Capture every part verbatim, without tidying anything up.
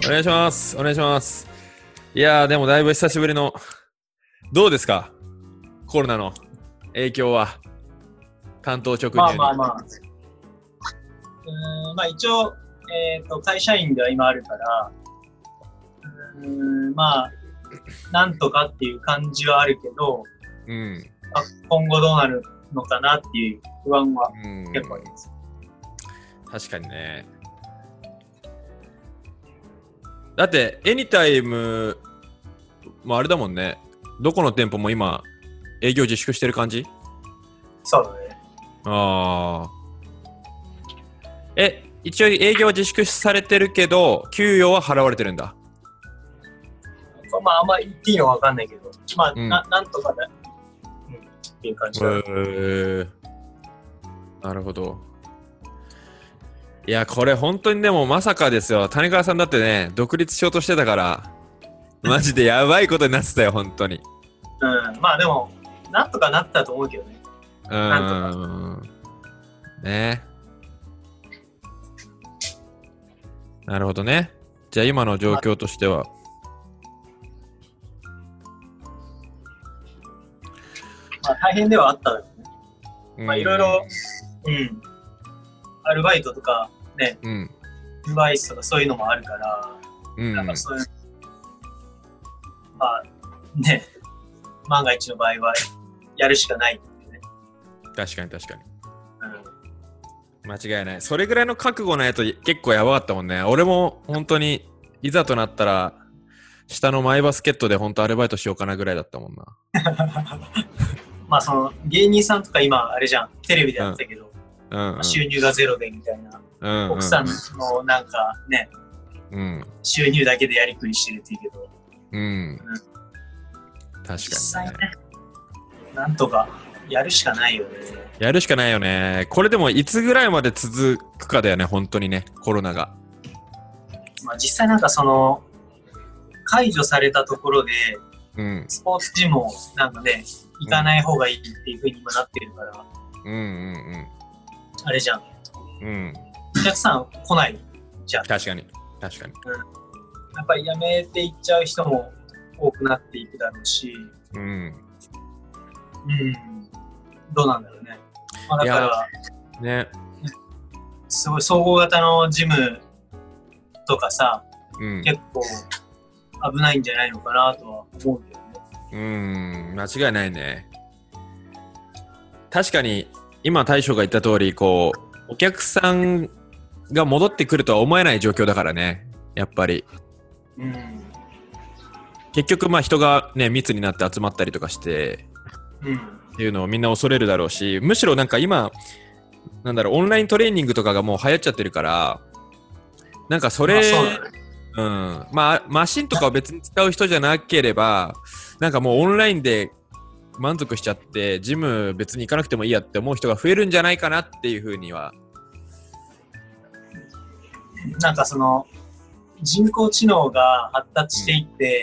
願いします。お願いします。いやー、でもだいぶ久しぶりの、どうですかコロナの影響は、担当直入に。 まあまあまあ。うーん、まあ一応、えっと、会社員では今あるから、うーん、まあ、なんとかっていう感じはあるけど、 うん。 まあ、今後どうなるのかなっていう不安は結構あります。 確かにね。だって、エニタイムもあれだもんね。どこの店舗も今、営業自粛してる感じ？ そうだね。 ああ。え、一応営業は自粛されてるけど、給与は払われてるんだ。 まああんま言っていいのかわかんないけど、まあ、 うん、 な, なんとかだ、うん、っていう感じだ、ね。 えー、なるほど。いや、これ本当にでもまさかですよ。谷川さんだってね、独立しようとしてたから、マジでやばいことになってたよ、本当に。 うん、まあでも、なんとかなったと思うけどね。 うーん。ね。なるほどね。じゃあ今の状況としては。 まあ大変ではあったけどね。 うん、 まあいろいろ、うん。アルバイトとかね、 うん。 デバイスとかそういうのもあるから、 うん、 なんかそういう、まあね、万が一の場合はやるしかないっていうね。 確かに確かに。 うん、 間違いない。それぐらいの覚悟ないと結構やばかったもんね。俺も本当にいざとなったら下のマイバスケットで本当アルバイトしようかなぐらいだったもんな。 まあその芸人さんとか今あれじゃん、テレビでやってたけど、 うんうん、 収入がゼロでみたいな、うんうんうん、奥さんのなんかね、うん、収入だけでやりくりしてるっていうけど、 うん、うん、確かに、ね、 実際ね、なんとかやるしかないよね。 やるしかないよね。これでもいつぐらいまで続くかだよね、本当にね、コロナが。 まあ実際なんかその解除されたところで、うん、スポーツジムもなんかね、行かない方がいいっていう風に今なってるから、 うんうんうん、 あれじゃん。 うん。 お客さん来ないじゃん。 確かに、確かに。 うん。やっぱりやめていっちゃう人も多くなっていくだろうし、 うん。うん。 どうなんだろうね。まあ、だから、 ね。 すごい総合型のジムとかさ、うん、結構危ないんじゃないのかなとは思うけどね。 うん、間違いないね。確かに、今大将が言った通り、こう、お客さんが戻ってくるとは思えない状況だからね、やっぱり。うん、結局、まあ人がね、密になって集まったりとかして、うん、っていうのをみんな恐れるだろうし、むしろなんか今、なんだろう、オンライントレーニングとかがもう流行っちゃってるから、なんかそれ、うん、まあマシンとかを別に使う人じゃなければ、なんかもうオンラインで満足しちゃってジム別に行かなくてもいいやって思う人が増えるんじゃないかなっていうふうには。 なんかその人工知能が発達していって、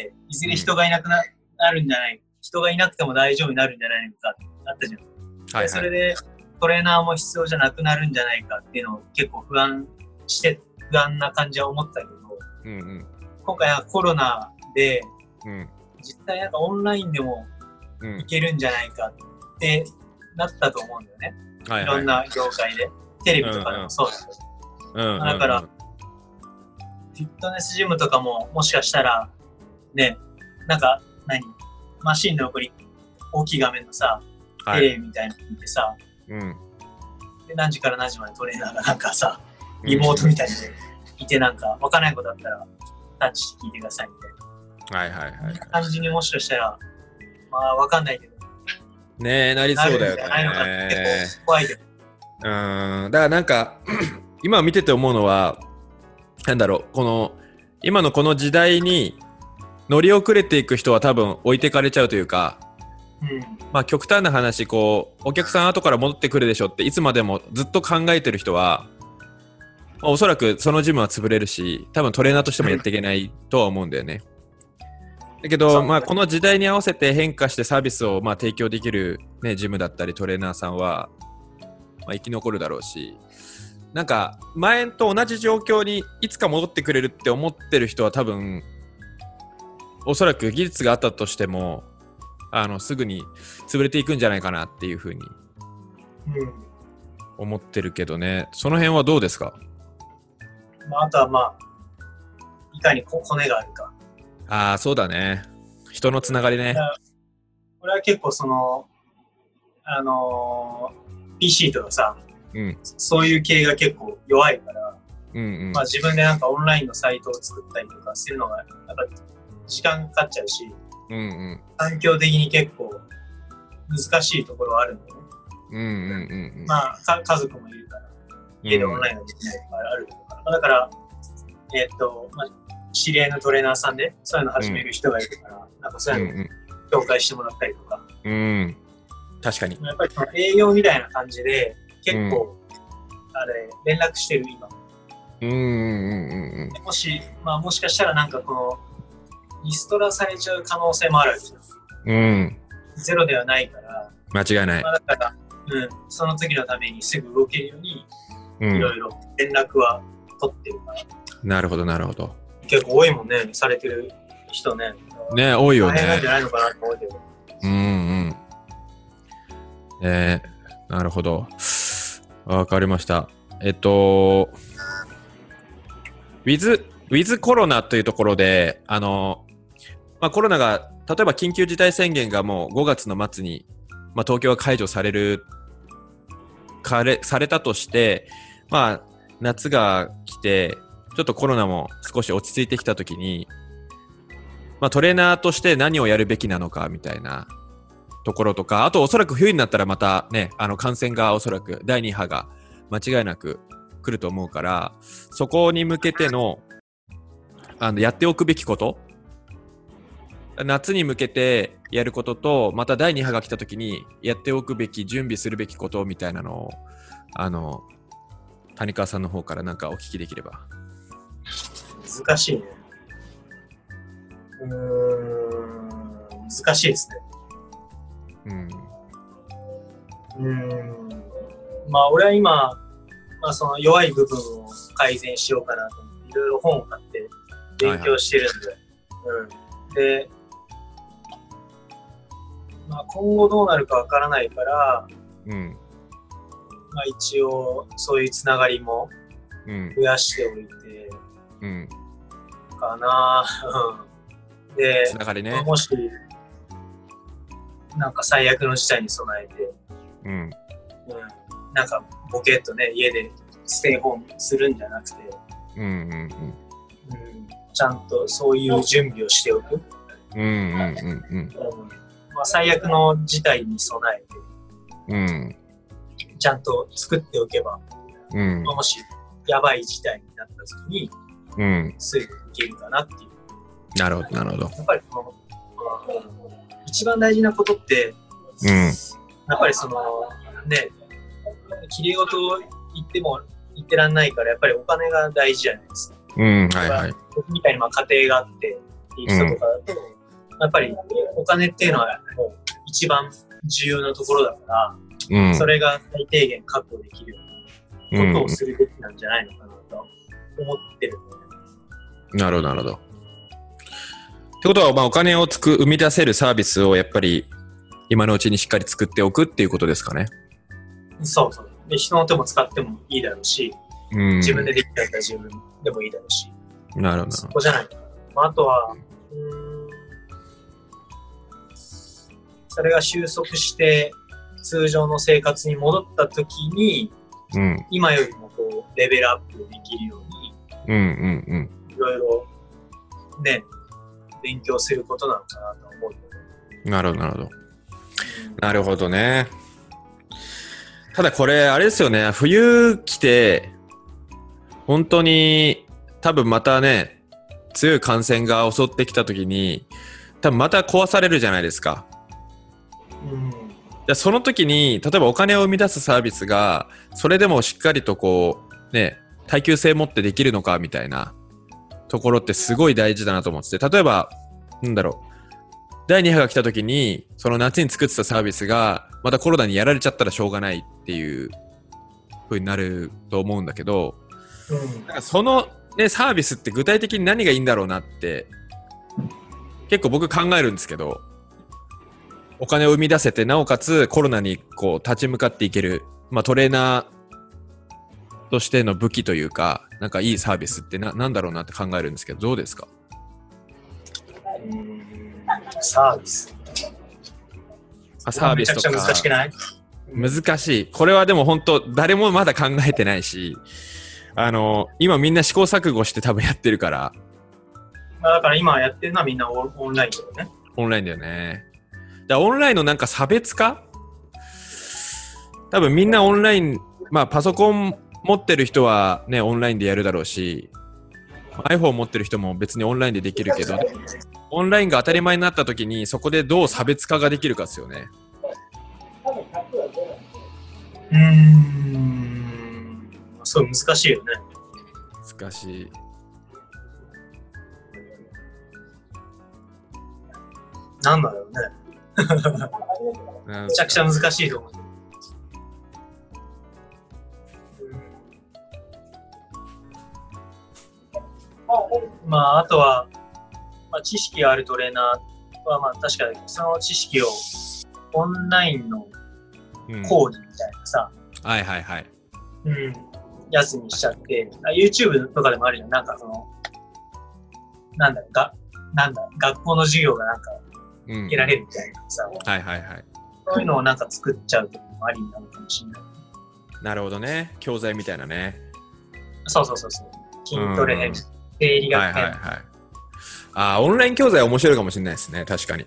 うん、いずれ人がいなく な,、うん、なるんじゃない人がいなくても大丈夫になるんじゃないのかってあったじゃん、はいはい、それでトレーナーも必要じゃなくなるんじゃないかっていうのを結構不安して不安な感じは思ったけど、うんうん、今回はコロナで、うん、実際なんかオンラインでもいけるんじゃないかってなったと思うんだよね、うん、いろんな業界で、はいはい、テレビとかでもそうだけど、うんうん、だから、うんうん、フィットネスジムとかももしかしたらね、なんか何マシンの横に大きい画面のさ、はい、テレビみたいなの見てさ、うん、で何時から何時までトレーナーがなんかさリモートみたいにいて、なんか分からないことあったらタッチして聞いてくださいみたいな、はいはいはい、感じにもしかしたらまあ分かんないけどねえなりそうだよね。 結構怖いけど、 うん、だからなんか今見てて思うのはなんだろう、この今のこの時代に乗り遅れていく人は多分置いてかれちゃうというか、うん、まあ極端な話、こうお客さん後から戻ってくるでしょっていつまでもずっと考えてる人は、まあ、おそらくそのジムは潰れるし、多分トレーナーとしてもやっていけないとは思うんだよね。だけど、まあ、この時代に合わせて変化してサービスをまあ提供できる、ね、ジムだったりトレーナーさんは、まあ、生き残るだろうし、 なんか前と同じ状況にいつか戻ってくれるって思ってる人は多分おそらく技術があったとしてもあのすぐに潰れていくんじゃないかなっていうふうに思ってるけどね。その辺はどうですか？ まあ、あとはまあいかに骨があるか。ああ、そうだね。人のつながりね。 これは結構そのあのー、ピーシー とかさ、うん、そういう系が結構弱いから、うんうん、まあ、自分でなんかオンラインのサイトを作ったりとかするのがやっぱ時間かかっちゃうし、うんうん、環境的に結構難しいところはあるんだよね。うんうんうんうん、まあか家族もいるから家でオンラインができないとかあるとか、うん、だからえー、っと、まあ、知り合いのトレーナーさんでそういうの始める人がいるから、うん、なんかそういうの紹介してもらったりとか、うん、 確かにやっぱりその営業みたいな感じで結構、うん、あれ連絡してる今。うんうんうんうん、もし、まあ、もしかしたらなんかこのリストラされちゃう可能性もあるわけじゃん。うん。ゼロではないから。 間違いない。 まあ、だから、うん、その時のためにすぐ動けるように、いろいろ連絡は取ってるから。 なるほどなるほど。 結構多いもんね、されてる人ね。 ね、多いよね。 大変なんじゃないのかなと思うけど。 うんうん。えー、なるほど。わかりました。えっと、ウィズ、ウィズコロナというところで、あの、まあ、コロナが、例えば緊急事態宣言がもうごがつの末に、まあ、東京は解除される、かれ、されたとして、まあ、夏が来て、ちょっとコロナも少し落ち着いてきたときに、まあ、トレーナーとして何をやるべきなのかみたいなところとか、あとおそらく冬になったらまたね、あの感染がおそらくだいに波が間違いなく来ると思うから、そこに向けての、あのやっておくべきこと、夏に向けてやることと、まただいに波が来た時にやっておくべき、準備するべきことみたいなのを、あの谷川さんの方からなんかお聞きできれば。 難しいね。うーん、難しいですね。うん。うーん。まあ俺は今、まあ、その弱い部分を改善しようかなと思って、いろいろ本を買って勉強してるんで。はいはい、うん。で、まあ今後どうなるかわからないから、うん。まあ一応そういうつながりも増やしておいて、うん。かなぁ。で、 つながりね。 もし、なんか最悪の事態に備えて、うん。うん、なんかボケっとね、家でステイホームするんじゃなくて、うんうんうんうん、ちゃんとそういう準備をしておく。うんうんうんうん。まあ、最悪の事態に備えて、うん、ちゃんと作っておけば、うんまあ、もしやばい事態になった時に、うん、すぐいけるかなっていう。 なるほど、なるほど。 やっぱりこの、一番大事なことって、うん、やっぱりその、ね、きれい事を言っても言ってらんないから、やっぱりお金が大事じゃないですか。うん、はいはい。僕みたいにまあ家庭があって、いい人とかだと、うん、やっぱりお金っていうのはもう一番重要なところだから、うん、それが最低限確保できるようなことをするべきなんじゃないのかなと思ってるんで、ね。 なるほど、なるほど。ってことは、まあ、お金をつく生み出せるサービスをやっぱり今のうちにしっかり作っておくっていうことですかね。 そうそう。で、人の手も使ってもいいだろうし、うん、自分でできたら自分でもいいだろうし。 なるほど。 そこじゃないかな。まあ、あとは、うーん、それが収束して通常の生活に戻ったときに、うん、今よりもこうレベルアップできるように、うんうんうん、いろいろね、勉強することなのかなと思う。 なるほど、なるほど。なるほどね。ただこれ、あれですよね、冬来て、本当に多分またね、強い感染が襲ってきたときに、多分また壊されるじゃないですか。うん、じゃその時に、例えばお金を生み出すサービスが、それでもしっかりとこう、ね、耐久性持ってできるのかみたいなところってすごい大事だなと思ってて、例えば、なんだろう、だいに波が来た時に、その夏に作ってたサービスが、またコロナにやられちゃったらしょうがないっていう風になると思うんだけど、 うん、 なんかその、ね、サービスって具体的に何がいいんだろうなって結構僕考えるんですけど、お金を生み出せてなおかつコロナにこう立ち向かっていける、まあ、トレーナーとしての武器というか、なんかいいサービスってな、なんだろうなって考えるんですけど、どうですか？ うーん、サービス。 あ、サービスとか。 めちゃくちゃ難しくない？ 難しい。これはでも本当誰もまだ考えてないし、あの今みんな試行錯誤して多分やってるから。 まあ、だから今やってるのはみんなオンラインだよね。 オンラインだよね。だからオンラインのなんか差別化？多分みんなオンライン、まあパソコン持ってる人はねオンラインでやるだろうし、iPhone 持ってる人も別にオンラインでできるけど、オンラインが当たり前になった時にそこでどう差別化ができるかですよね。 うーん、そう難しいよね。 難しい。 なんだろうね。めちゃくちゃ難しいと思う。まあ、あとは、まあ、知識があるトレーナーは、まあ、確かにその知識をオンラインの講義みたいなさ、 うん、はいはいはい。 うん、やつにしちゃって、YouTube とかでもあるじゃん。なんかその、なんだろう、が、なんだ、学校の授業がなんか、受けられるみたいなさ、うん、 はいはいはい。 そういうのをなんか作っちゃうときもありなのかもしれない。 なるほどね。教材みたいなね。 そうそうそうそう。筋トレ編、生理学編。 はいはいはい。ああ、オンライン教材面白いかもしれないですね。確かに。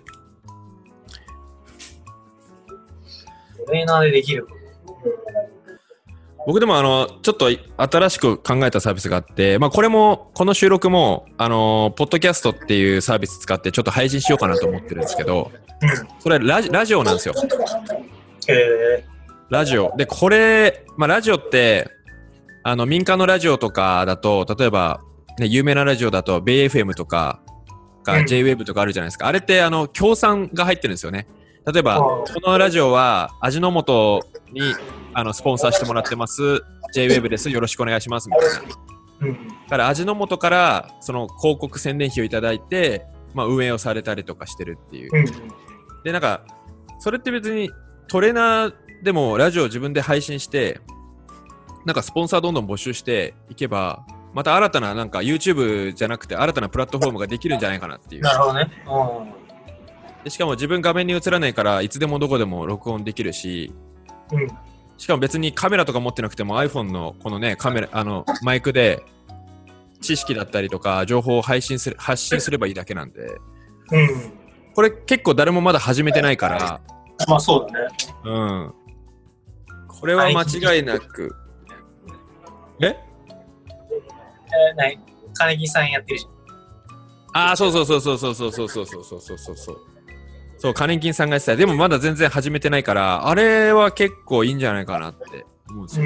トレーナーでできること。 僕でもあのちょっと新しく考えたサービスがあって、まあ、これもこの収録もあのポッドキャストっていうサービス使ってちょっと配信しようかなと思ってるんですけど、これラジ、ラジオなんですよ。 へー。 ラジオでこれ、まあ、ラジオってあの民間のラジオとかだと例えば、ね、有名なラジオだとベイ エフエム とかが ジェイウェーブ とかあるじゃないですか。あれってあの協賛が入ってるんですよね。例えばこのラジオは味の素にあのスポンサーしてもらってます ジェイウェーブ ですよろしくお願いしますみたいな。だから味の素からその広告宣伝費をいただいて、まあ、運営をされたりとかしてるっていう。でなんかそれって別にトレーナーでもラジオを自分で配信してなんかスポンサーどんどん募集していけばまた新たななんか YouTube じゃなくて新たなプラットフォームができるんじゃないかなっていう。 なるほどね。 でしかも自分画面に映らないからいつでもどこでも録音できるし、 うん、 しかも別にカメラとか持ってなくても iPhone のこのねカメラあのマイクで知識だったりとか情報を配信する発信すればいいだけなんで、 うん、 これ結構誰もまだ始めてないから、 まあそうだね。 うん。これは間違いなく、え？ えー、ない金木さんやってるじゃん。 ああそうそうそうそうそうそうそうそうそうそうそうそう。そう金金さんが言ってた。でもまだ全然始めてないからあれは結構いいんじゃないかなって思うんですよ。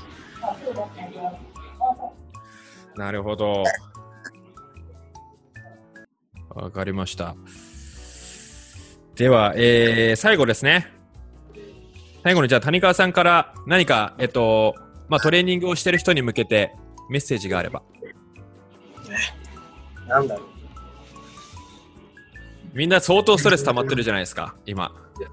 うん、なるほど。わかりました。では、えー、最後ですね。最後にじゃあ谷川さんから何かえっとまあトレーニングをしてる人に向けてメッセージがあれば。 なんだろう。 みんな相当ストレス溜まってるじゃないですか今。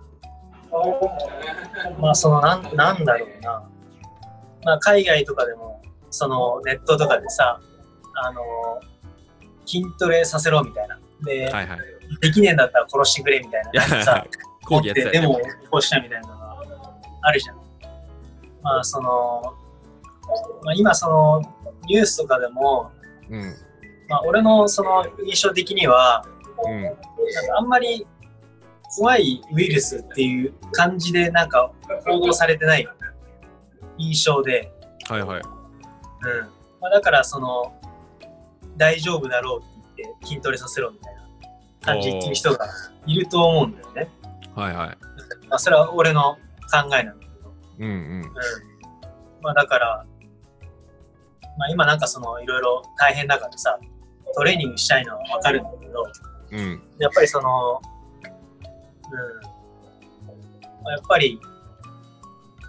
まあそのなんなんだろうな。まあ海外とかでもそのネットとかでさあの筋トレさせろみたいなで、はいはい、できねえんだったら殺してくれみたいなさ講義やってたよね。 でも起こしたみたいなのがあるじゃん。まあその、まあ、今そのニュースとかでも、うん、まあ俺のその印象的には、うん、なんかあんまり怖いウイルスっていう感じでなんか報道されてない印象で、 はいはい。うんまあ、だからその大丈夫だろうって言って筋トレさせろみたいな感じで言ってる人がいると思うんだよね。 はいはい。 まあ、それは俺の考えなんだけど。 うんうん。うん、 まあだから、まあ今なんかそのいろいろ大変だからさ、トレーニングしたいのはわかるんだけど、うん、やっぱりその、うん、やっぱり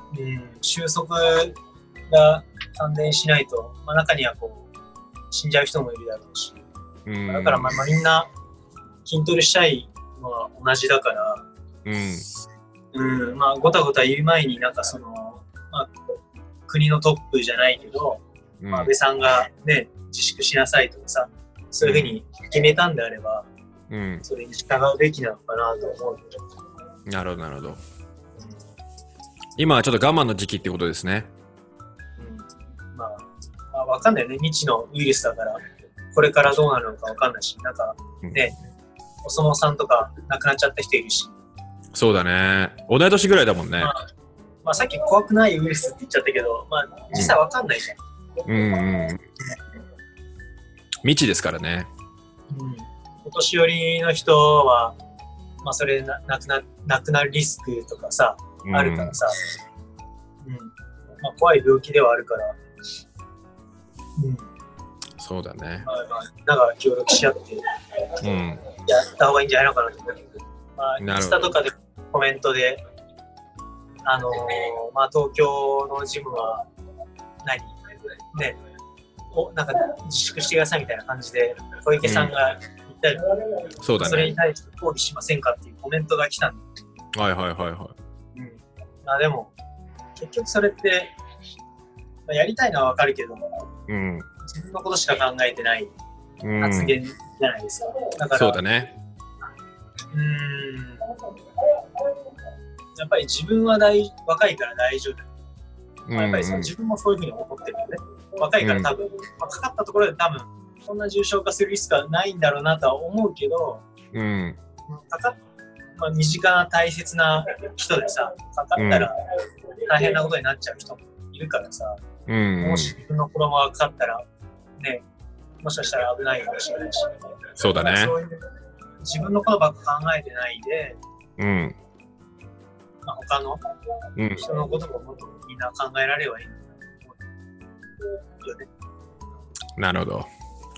うん、収束が関連しないと、まあ、中にはこう死んじゃう人もいるだろうし、うん、だからまあ、まあ、みんな筋トレしたいのは同じだから、うんうん、まあごたごた言う前になんかその、まあ、国のトップじゃないけど、うんまあ、安倍さんがね自粛しなさいとかさ、そういうふうに決めたんであれば、うん、それに従うべきなのかなと思うけど。 なるほどなるほど。今はちょっと我慢の時期ってことですね。 うん、まあ、まあ、わかんないよね。未知のウイルスだから、これからどうなるのかわかんないし、なんかね、うん、お相撲さんとか亡くなっちゃった人いるし。 そうだね。同い年ぐらいだもんね。 まあ、まあ、さっき怖くないウイルスって言っちゃったけど、まあ、実際わかんないじゃん。 うん、うん、うん。未知ですからね。 うん。お年寄りの人は、まあ、それな、亡くな、亡くなるリスクとかさ、あるからさ、うん。まあ、怖い病気ではあるから、うん。 そうだね。 まあ、まあ、なんか協力し合って、うん。やった方がいいんじゃないのかなと思うけど、まあ、インスタとかでコメントで、あのー、まあ、東京のジムは何、ね、おなんか自粛してくださいみたいな感じで小池さんが言ったり、うん、そうだね、それに対して抗議しませんかっていうコメントが来たんで、はいはいはいはい。 うん、まあでも結局それって、まあ、やりたいのはわかるけど、うん、自分のことしか考えてない発言じゃないですか。うん、だからそうだね。 うーん、やっぱり自分は大若いから大丈夫。まあ、やっぱりその自分もそういうふうに思ってるよね。若いから多分、うんまあ、かかったところで多分そんな重症化するリスクはないんだろうなとは思うけど、うん、かかっまあ、身近な大切な人でさ、かかったら大変なことになっちゃう人もいるからさ、うん、もし自分の子供がかかったらね、もしかしたら危ないかもしれないし、 そうだね。そういう自分のことばっか考えてないで、うんまあ、他の人のことももっとみんな考えられればいいんだと思うよね。 なるほど。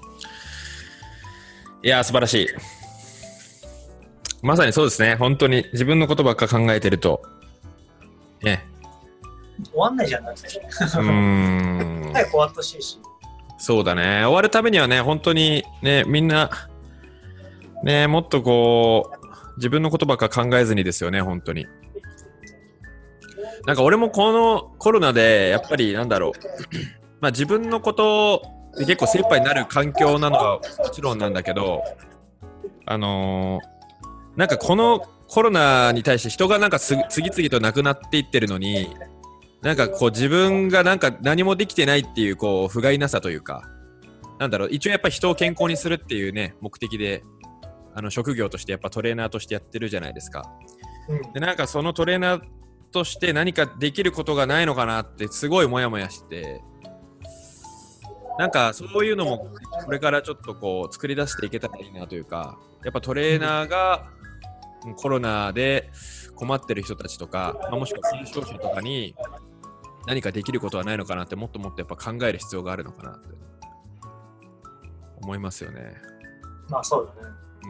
いやー素晴らしい。まさにそうですね。本当に自分のことばっか考えてるとね。 終わんないじゃんだって。うーん。早く終わってほしいし。 そうだね。終わるためにはね、本当にね、みんなね、もっとこう自分のことばっか考えずにですよね、本当に。なんか俺もこのコロナでやっぱりなんだろうまあ自分のことで結構精一杯になる環境なのはもちろんなんだけど、あのー、なんかこのコロナに対して人がなんかす次々と亡くなっていってるのに、なんかこう自分がなんか何もできてないっていうこう不甲斐なさというか、なんだろう、一応やっぱ人を健康にするっていうね目的であの職業としてやっぱトレーナーとしてやってるじゃないですか、うん、でなんかそのトレーナーとして何かできることがないのかなってすごいモヤモヤして、なんかそういうのもこれからちょっとこう作り出していけたらいいなというか、やっぱトレーナーがコロナで困ってる人たちとか、まあ、もしくは軽症者とかに何かできることはないのかなって、もっともっとやっぱ考える必要があるのかなって思いますよね。 まあそうだね。 うん、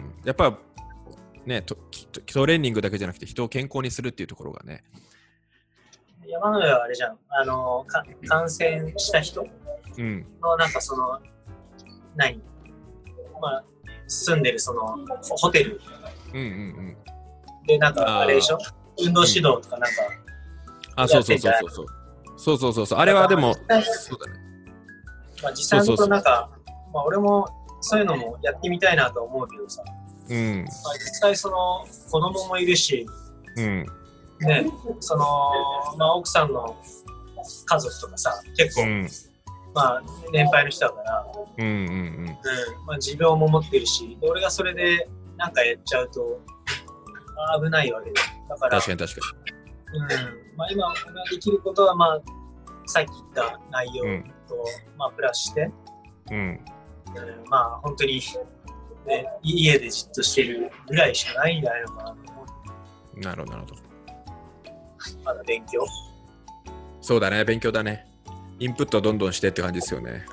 やっぱね、ト, トレーニングだけじゃなくて人を健康にするっていうところがね。 山の上はあれじゃん、あのか感染した人のなんかその、うん、何、まあ、住んでるそのホテル、うんうんうん、でなんかあれでしょ、運動指導とかなんか、 うん、あそうそうそうそうそうそうそうそうそう、あれはでもそうだね、 まあ、実際のところなんか、まあ、俺もそういうのもやってみたいなと思うけどさ、うんまあ、実際その子供もいるし、うんね、そのまあ、奥さんの家族とかさ結構、うんまあ、年配の人だから、うんうんうんうんまあ、持病も持ってるし、俺がそれでなんかやっちゃうと危ないわけだ。だから確かに確かに、うんまあ、今俺ができることは、まあ、さっき言った内容と、うんまあ、プラスして、うんうん、まあ本当にね、家でじっとしてるぐらいしかないんじゃないのかなと思う。なるほどなるほど。 まだ勉強。 そうだね、勉強だね。インプットをどんどんしてって感じですよね。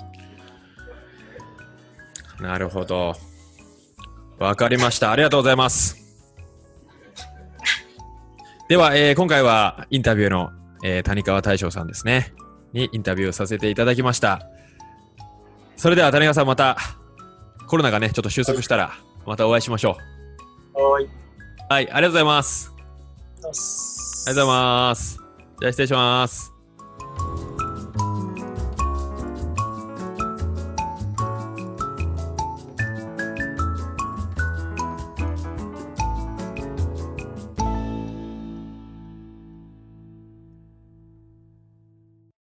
なるほど。わかりました。ありがとうございます。 では、えー、今回はインタビューの、えー、谷川大将さんですねにインタビューをさせていただきました。それでは谷川さん、またコロナがねちょっと収束したらまたお会いしましょう。はい。 はい、ありがとうございます。ありがとうございます。じゃあ失礼します。